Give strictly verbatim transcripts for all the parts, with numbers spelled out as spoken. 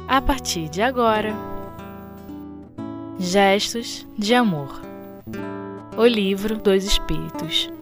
a partir de agora. Gestos de Amor. O Livro dos Espíritos.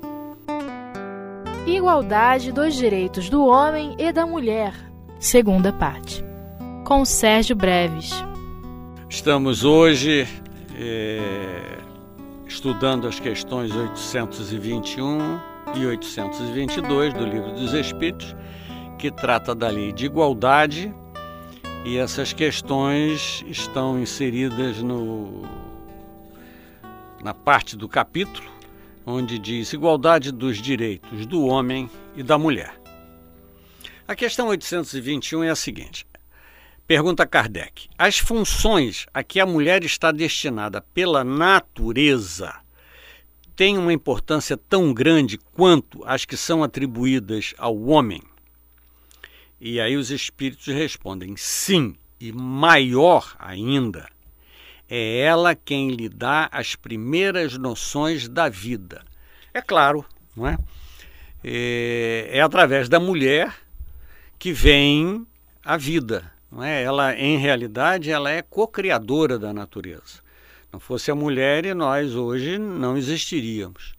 Igualdade dos direitos do homem e da mulher. Segunda parte. Com Sérgio Breves. Estamos hoje é, estudando as questões oitocentos e vinte e um e oitocentos e vinte e dois do Livro dos Espíritos, que trata da lei de igualdade, e essas questões estão inseridas no, na parte do capítulo onde diz igualdade dos direitos do homem e da mulher. A questão oitocentos e vinte e um é a seguinte. Pergunta Kardec: as funções a que a mulher está destinada pela natureza têm uma importância tão grande quanto as que são atribuídas ao homem? E aí os espíritos respondem: sim, e maior ainda. É ela quem lhe dá as primeiras noções da vida. É claro, não é? É, é através da mulher que vem a vida. Não é? Ela, em realidade, ela é co-criadora da natureza. Não fosse a mulher, e nós hoje não existiríamos.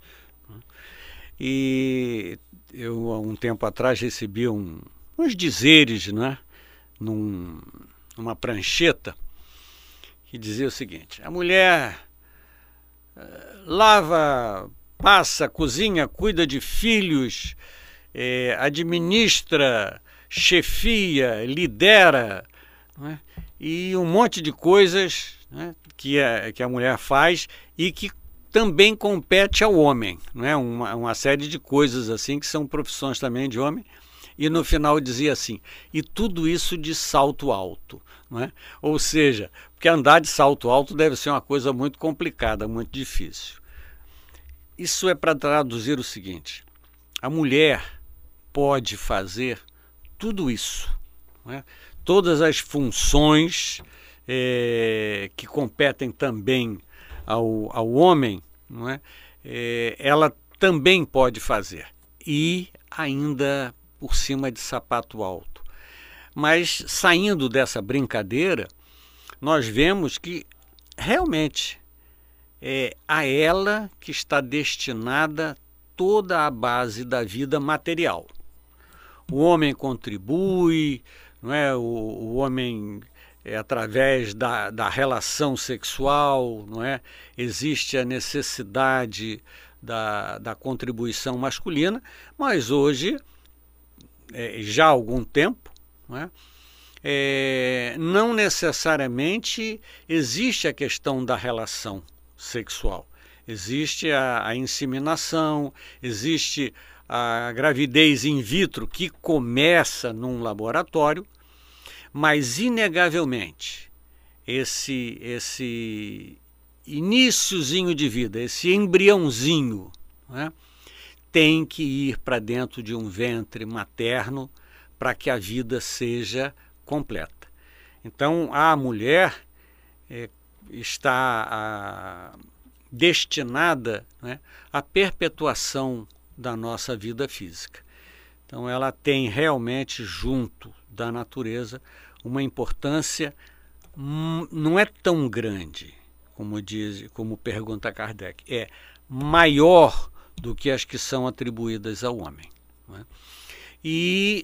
E eu, há um tempo atrás, recebi um, uns dizeres, né, num, numa prancheta, que dizia o seguinte: a mulher uh, lava, passa, cozinha, cuida de filhos, eh, administra, chefia, lidera, não é? E um monte de coisas, né, que, a, que a mulher faz e que também compete ao homem, não é? Uma, uma série de coisas assim que são profissões também de homem. E no final dizia assim: e tudo isso de salto alto, não é? Ou seja, porque andar de salto alto deve ser uma coisa muito complicada, muito difícil. Isso é para traduzir o seguinte: a mulher pode fazer tudo isso, não é? Todas as funções é, que competem também ao, ao homem, não é? É, ela também pode fazer, e ainda por cima de sapato alto. Mas, saindo dessa brincadeira, nós vemos que realmente é a ela que está destinada toda a base da vida material. O homem contribui, não é? o, o homem, é, através da, da relação sexual, não é? Existe a necessidade da, da contribuição masculina, mas hoje, é, já há algum tempo, não é? É, não necessariamente existe a questão da relação sexual. Existe a, a inseminação, existe a gravidez in vitro, que começa num laboratório, mas inegavelmente esse, esse iniciozinho de vida, esse embriãozinho, não é? Tem que ir para dentro de um ventre materno para que a vida seja completa. Então, a mulher é, está a, destinada, né, à perpetuação da nossa vida física. Então, ela tem realmente, junto da natureza, uma importância hum, não é tão grande, como diz, como pergunta Kardec, é maior do que as que são atribuídas ao homem, não é? E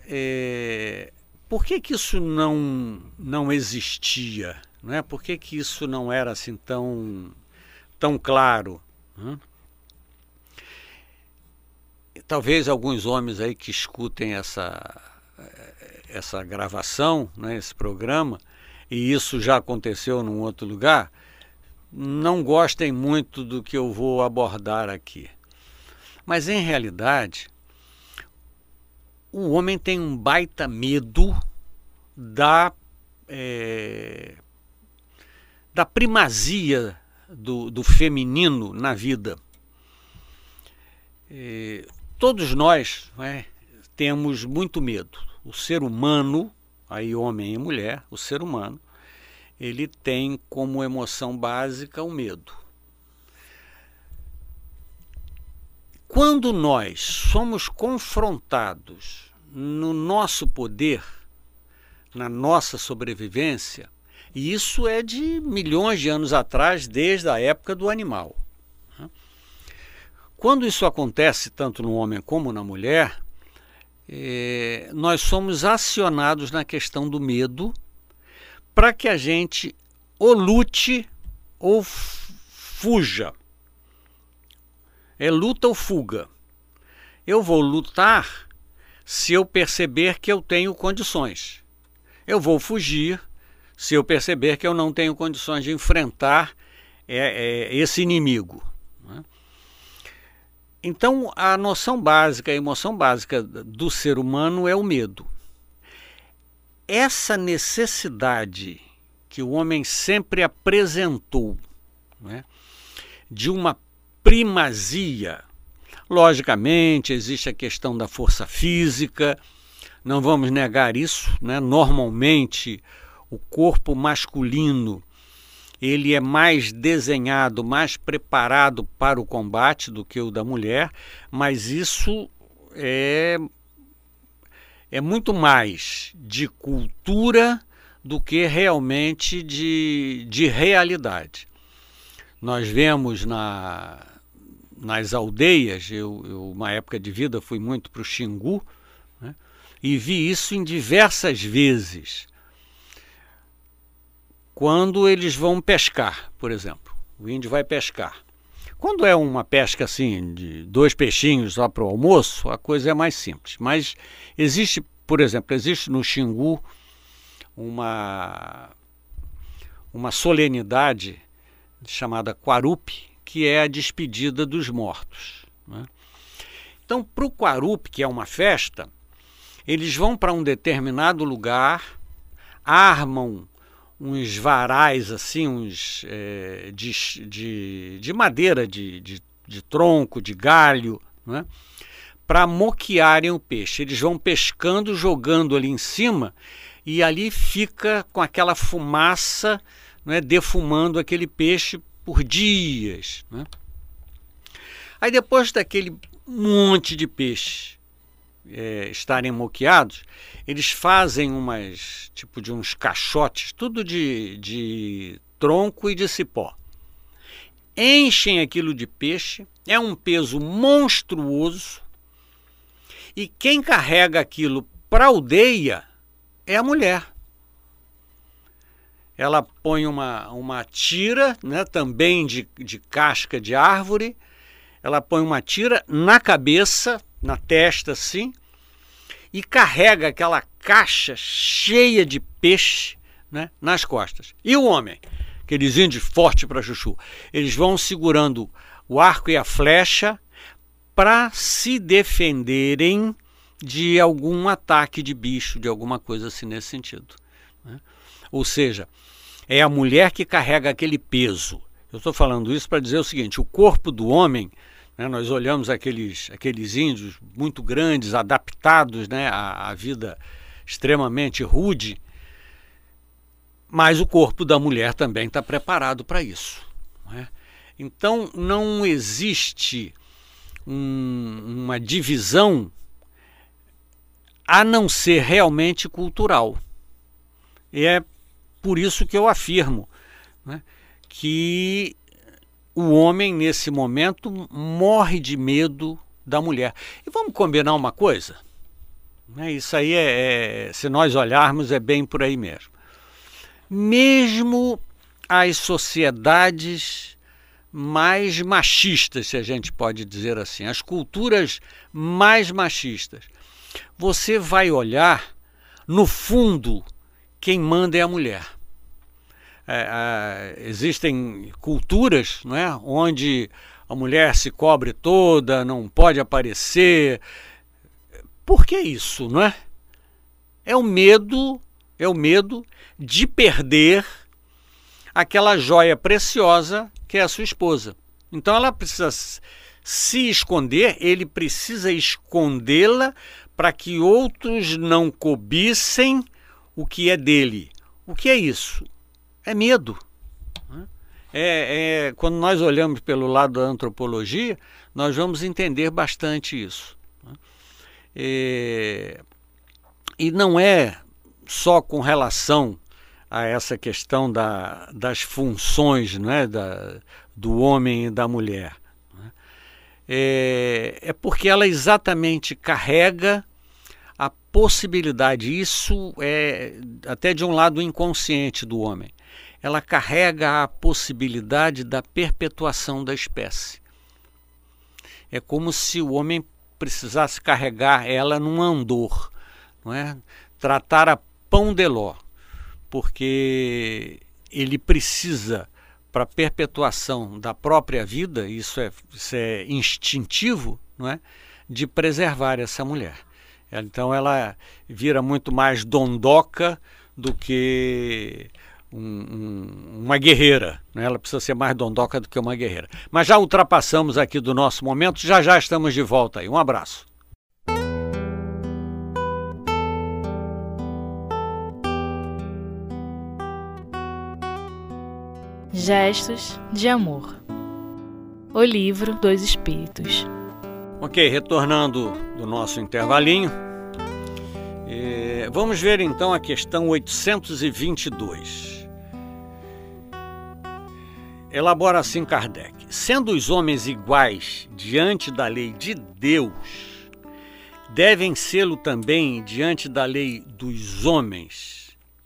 é, por que que isso não, não existia? Não é? Por que que isso não era assim tão, tão claro? Não é? Talvez alguns homens aí que escutem essa, essa gravação, né, esse programa, e isso já aconteceu num outro lugar, não gostem muito do que eu vou abordar aqui. Mas, em realidade, o homem tem um baita medo da, é, da primazia do, do feminino na vida. É, todos nós, né, temos muito medo. O ser humano, aí homem e mulher, o ser humano, ele tem como emoção básica o medo. Quando nós somos confrontados no nosso poder, na nossa sobrevivência, e isso é de milhões de anos atrás, desde a época do animal. Quando isso acontece tanto no homem como na mulher, é, nós somos acionados na questão do medo para que a gente ou lute ou fuja. É luta ou fuga. Eu vou lutar se eu perceber que eu tenho condições. Eu vou fugir se eu perceber que eu não tenho condições de enfrentar é, é, esse inimigo. Né? Então, a noção básica, a emoção básica do ser humano é o medo. Essa necessidade que o homem sempre apresentou, né, de uma primazia, logicamente existe a questão da força física, não vamos negar isso, né? Normalmente o corpo masculino ele é mais desenhado, mais preparado para o combate do que o da mulher, mas isso é, é muito mais de cultura do que realmente de, de realidade. Nós vemos na, nas aldeias, eu, eu uma época de vida fui muito para o Xingu, né, e vi isso em diversas vezes. Quando eles vão pescar, por exemplo, o índio vai pescar. Quando é uma pesca assim, de dois peixinhos só para o almoço, a coisa é mais simples. Mas existe, por exemplo, existe no Xingu uma, uma solenidade chamada Quarupi, que é a despedida dos mortos. Né? Então, para o Quarupi, que é uma festa, eles vão para um determinado lugar, armam uns varais assim, uns é, de, de, de madeira, de, de, de tronco, de galho, né? Para moquearem o peixe. Eles vão pescando, jogando ali em cima, e ali fica com aquela fumaça, né, defumando aquele peixe por dias. Né? Aí depois daquele monte de peixe é, estarem moqueados, eles fazem umas, tipo de uns caixotes, tudo de, de tronco e de cipó. Enchem aquilo de peixe, é um peso monstruoso, e quem carrega aquilo para a aldeia é a mulher. Ela põe uma, uma tira, né, também de, de casca de árvore, ela põe uma tira na cabeça, na testa assim, e carrega aquela caixa cheia de peixe, né, nas costas. E o homem, aqueles índios fortes para chuchu, eles vão segurando o arco e a flecha para se defenderem de algum ataque de bicho, de alguma coisa assim nesse sentido. Né? Ou seja, é a mulher que carrega aquele peso. Eu estou falando isso para dizer o seguinte, o corpo do homem, né, nós olhamos aqueles, aqueles índios muito grandes, adaptados, né, à, à vida extremamente rude, mas o corpo da mulher também está preparado para isso. Né? Então não existe um, uma divisão a não ser realmente cultural. E é por isso que eu afirmo, né, que o homem, nesse momento, morre de medo da mulher. E vamos combinar uma coisa? Né, isso aí, é, é, se nós olharmos, é bem por aí mesmo. Mesmo as sociedades mais machistas, se a gente pode dizer assim, as culturas mais machistas, você vai olhar, no fundo, quem manda é a mulher. É, é, existem culturas, não é, onde a mulher se cobre toda, não pode aparecer. Por que isso, não é? É o medo, é o medo de perder aquela joia preciosa que é a sua esposa. Então ela precisa se esconder, ele precisa escondê-la para que outros não cobissem o que é dele. O que é isso? É medo. É, é, quando nós olhamos pelo lado da antropologia, nós vamos entender bastante isso. É, e não é só com relação a essa questão da, das funções, não é? da, do homem e da mulher. É, é porque ela exatamente carrega a possibilidade, isso é até de um lado inconsciente do homem, ela carrega a possibilidade da perpetuação da espécie. É como se o homem precisasse carregar ela num andor, não é? Tratar a pão de ló, porque ele precisa, para a perpetuação da própria vida, isso é, isso é instintivo, não é? De preservar essa mulher. Então ela vira muito mais dondoca do que um, um, uma guerreira, né? Ela precisa ser mais dondoca do que uma guerreira. Mas já ultrapassamos aqui do nosso momento, já já estamos de volta aí. Um abraço. Gestos de Amor. O livro dos Espíritos. Ok, retornando do nosso intervalinho, eh, vamos ver então a questão oitocentos e vinte e dois. Elabora assim Kardec: sendo os homens iguais diante da lei de Deus, devem sê-lo também diante da lei dos homens.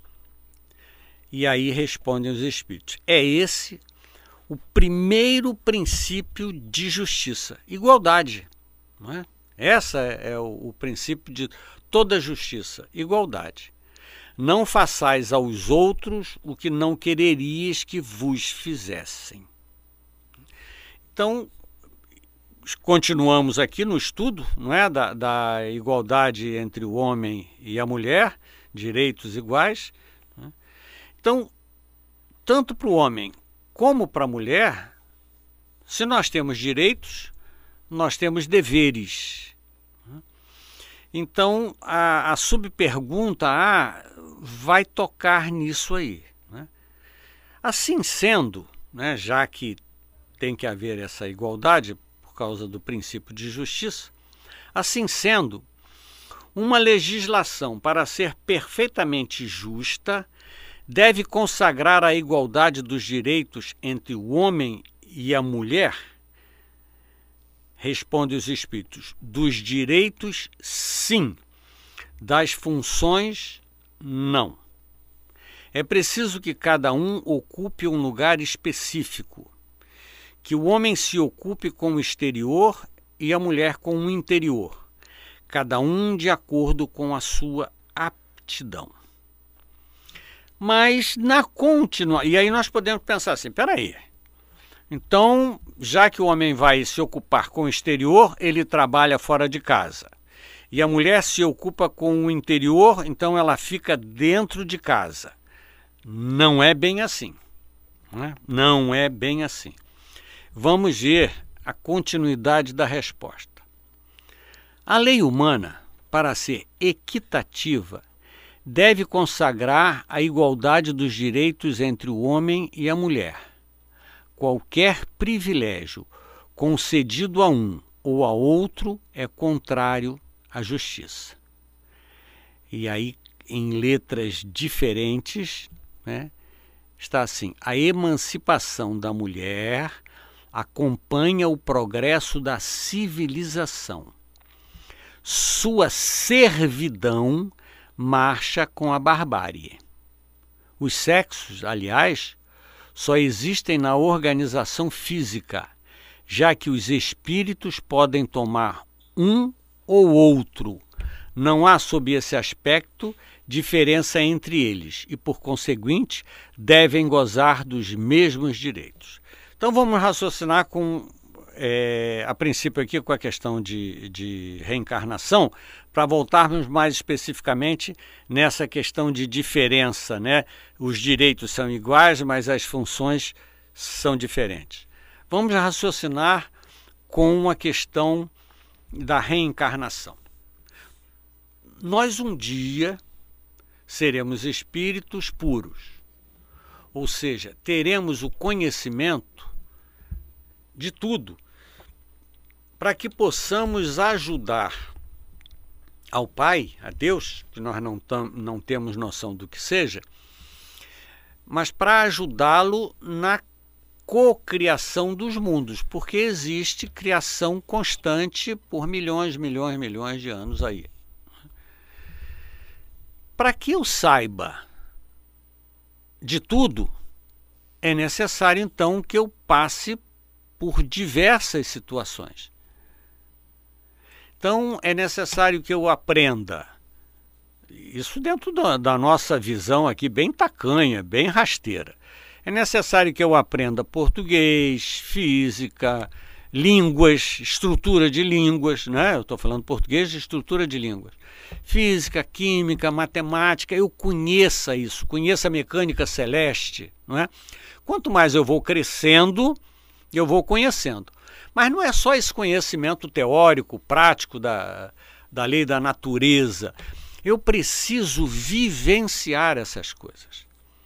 E aí respondem os Espíritos: é esse o primeiro princípio de justiça, igualdade. Não é? Essa é o, o princípio de toda justiça, igualdade. Não façais aos outros o que não quererias que vos fizessem. Então, continuamos aqui no estudo, não é, da, da igualdade entre o homem e a mulher, direitos iguais. Não é? Então, tanto para o homem como para a mulher, se nós temos direitos, nós temos deveres. Então, a, a subpergunta A vai tocar nisso aí. Né? Assim sendo, né, já que tem que haver essa igualdade por causa do princípio de justiça, assim sendo, uma legislação, para ser perfeitamente justa, deve consagrar a igualdade dos direitos entre o homem e a mulher? Responde os Espíritos: dos direitos, sim. Das funções, não. É preciso que cada um ocupe um lugar específico, que o homem se ocupe com o exterior e a mulher com o interior, cada um de acordo com a sua aptidão. Mas na continua... E aí nós podemos pensar assim, peraí, então, já que o homem vai se ocupar com o exterior, ele trabalha fora de casa. E a mulher se ocupa com o interior, então ela fica dentro de casa. Não é bem assim. Não é, não é bem assim. Vamos ver a continuidade da resposta. A lei humana, para ser equitativa, deve consagrar a igualdade dos direitos entre o homem e a mulher. Qualquer privilégio concedido a um ou a outro é contrário à justiça. E aí, em letras diferentes, né, está assim: a emancipação da mulher acompanha o progresso da civilização. Sua servidão marcha com a barbárie. Os sexos, aliás, só existem na organização física, já que os espíritos podem tomar um ou outro. Não há, sob esse aspecto, diferença entre eles e, por conseguinte, devem gozar dos mesmos direitos. Então vamos raciocinar com, é, a princípio aqui com a questão de, de reencarnação, para voltarmos mais especificamente nessa questão de diferença, né? Os direitos são iguais, mas as funções são diferentes. Vamos raciocinar com a questão da reencarnação. Nós um dia seremos espíritos puros, ou seja, teremos o conhecimento de tudo, para que possamos ajudar ao Pai, a Deus, que nós não, tam, não temos noção do que seja, mas para ajudá-lo na cocriação dos mundos, porque existe criação constante por milhões, milhões, milhões de anos aí. Para que eu saiba de tudo, é necessário então que eu passe por diversas situações. Então é necessário que eu aprenda, isso dentro da, da nossa visão aqui bem tacanha, bem rasteira. É necessário que eu aprenda português, física, línguas, estrutura de línguas, né? Eu estou falando português de estrutura de línguas. Física, química, matemática, eu conheça isso, conheça a mecânica celeste, não é? Quanto mais eu vou crescendo, eu vou conhecendo. Mas não é só esse conhecimento teórico, prático da, da lei da natureza. Eu preciso vivenciar essas coisas.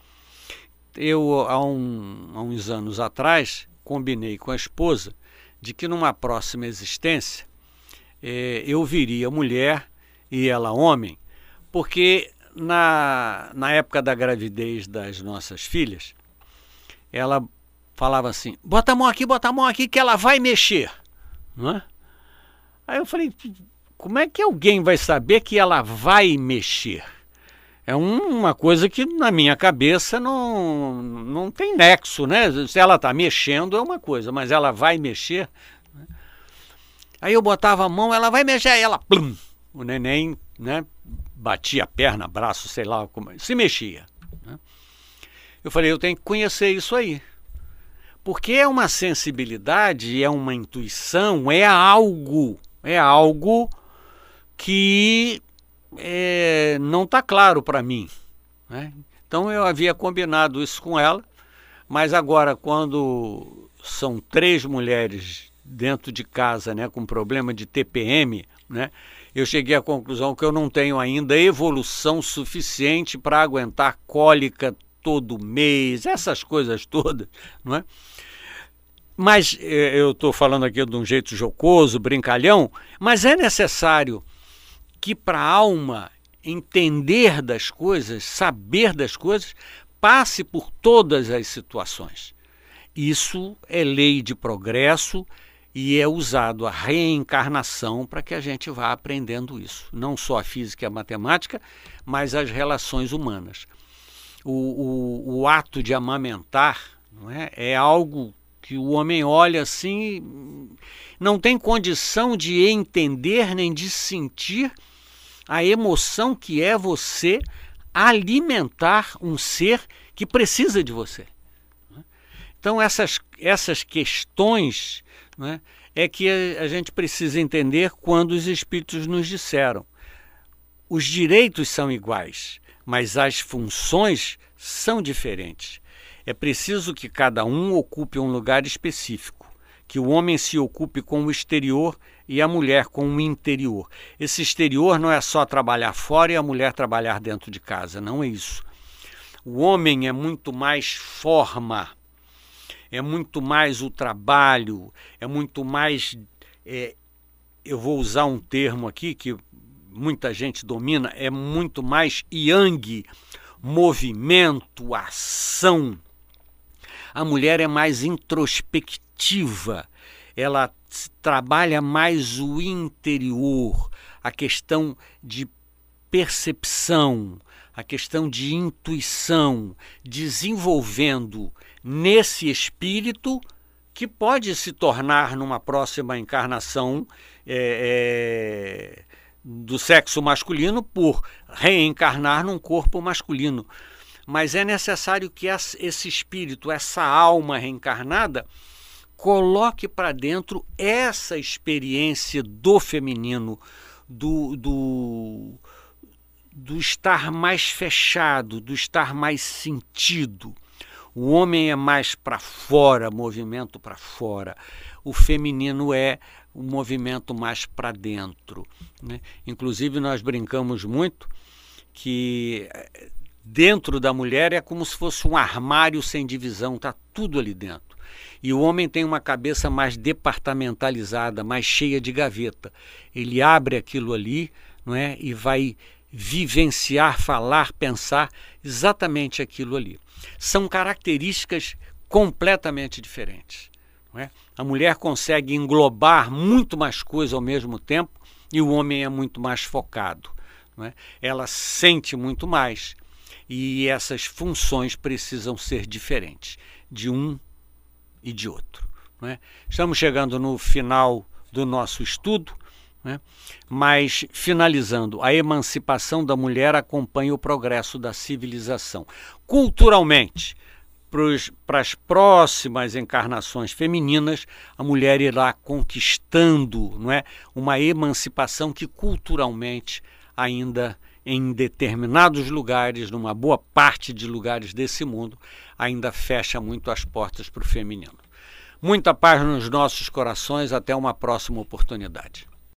Eu, há, um, há uns anos atrás, combinei com a esposa de que numa próxima existência eh, eu viria mulher e ela homem, porque na, na época da gravidez das nossas filhas, ela falava assim, bota a mão aqui, bota a mão aqui que ela vai mexer. Não é? Aí eu falei, como é que alguém vai saber que ela vai mexer? É uma coisa que na minha cabeça não, não tem nexo, né? Se ela está mexendo é uma coisa, mas ela vai mexer. Aí eu botava a mão, ela vai mexer, aí ela, plum, o neném, né, batia a perna, braço, sei lá, como, se mexia. Né? Eu falei, eu tenho que conhecer isso aí. Porque é uma sensibilidade, é uma intuição, é algo, é algo que é, não está claro para mim. Né? Então eu havia combinado isso com ela, mas agora quando são três mulheres dentro de casa, né, com problema de T P M, né, eu cheguei à conclusão que eu não tenho ainda evolução suficiente para aguentar cólica todo mês, essas coisas todas, não é? Mas eu estou falando aqui de um jeito jocoso, brincalhão, mas é necessário que para a alma entender das coisas, saber das coisas, passe por todas as situações. Isso é lei de progresso e é usado a reencarnação para que a gente vá aprendendo isso. Não só a física e a matemática, mas as relações humanas. O, o, o ato de amamentar, não é? É algo que o homem olha assim, não tem condição de entender nem de sentir a emoção que é você alimentar um ser que precisa de você. Então essas, essas questões, né, é que a, a gente precisa entender quando os espíritos nos disseram. Os direitos são iguais, mas as funções são diferentes. É preciso que cada um ocupe um lugar específico, que o homem se ocupe com o exterior e a mulher com o interior. Esse exterior não é só trabalhar fora e a mulher trabalhar dentro de casa, não é isso. O homem é muito mais forma, é muito mais o trabalho, é muito mais, é, eu vou usar um termo aqui que muita gente domina, é muito mais yang, movimento, ação. A mulher é mais introspectiva, ela trabalha mais o interior, a questão de percepção, a questão de intuição, desenvolvendo nesse espírito que pode se tornar numa próxima encarnação é, é, do sexo masculino por reencarnar num corpo masculino. Mas é necessário que esse espírito, essa alma reencarnada, coloque para dentro essa experiência do feminino, do, do, do estar mais fechado, do estar mais sentido. O homem é mais para fora, movimento para fora. O feminino é o movimento mais para dentro. Né? Inclusive nós brincamos muito que dentro da mulher é como se fosse um armário sem divisão, está tudo ali dentro. E o homem tem uma cabeça mais departamentalizada, mais cheia de gaveta. Ele abre aquilo ali, não é? E vai vivenciar, falar, pensar exatamente aquilo ali. São características completamente diferentes, não é? A mulher consegue englobar muito mais coisa ao mesmo tempo e o homem é muito mais focado, não é? Ela sente muito mais e essas funções precisam ser diferentes de um e de outro, não é? Estamos chegando no final do nosso estudo, né? Mas, finalizando, a emancipação da mulher acompanha o progresso da civilização. Culturalmente, para as próximas encarnações femininas, a mulher irá conquistando, não é, uma emancipação que culturalmente ainda em determinados lugares, numa boa parte de lugares desse mundo, ainda fecha muito as portas para o feminino. Muita paz nos nossos corações, até uma próxima oportunidade.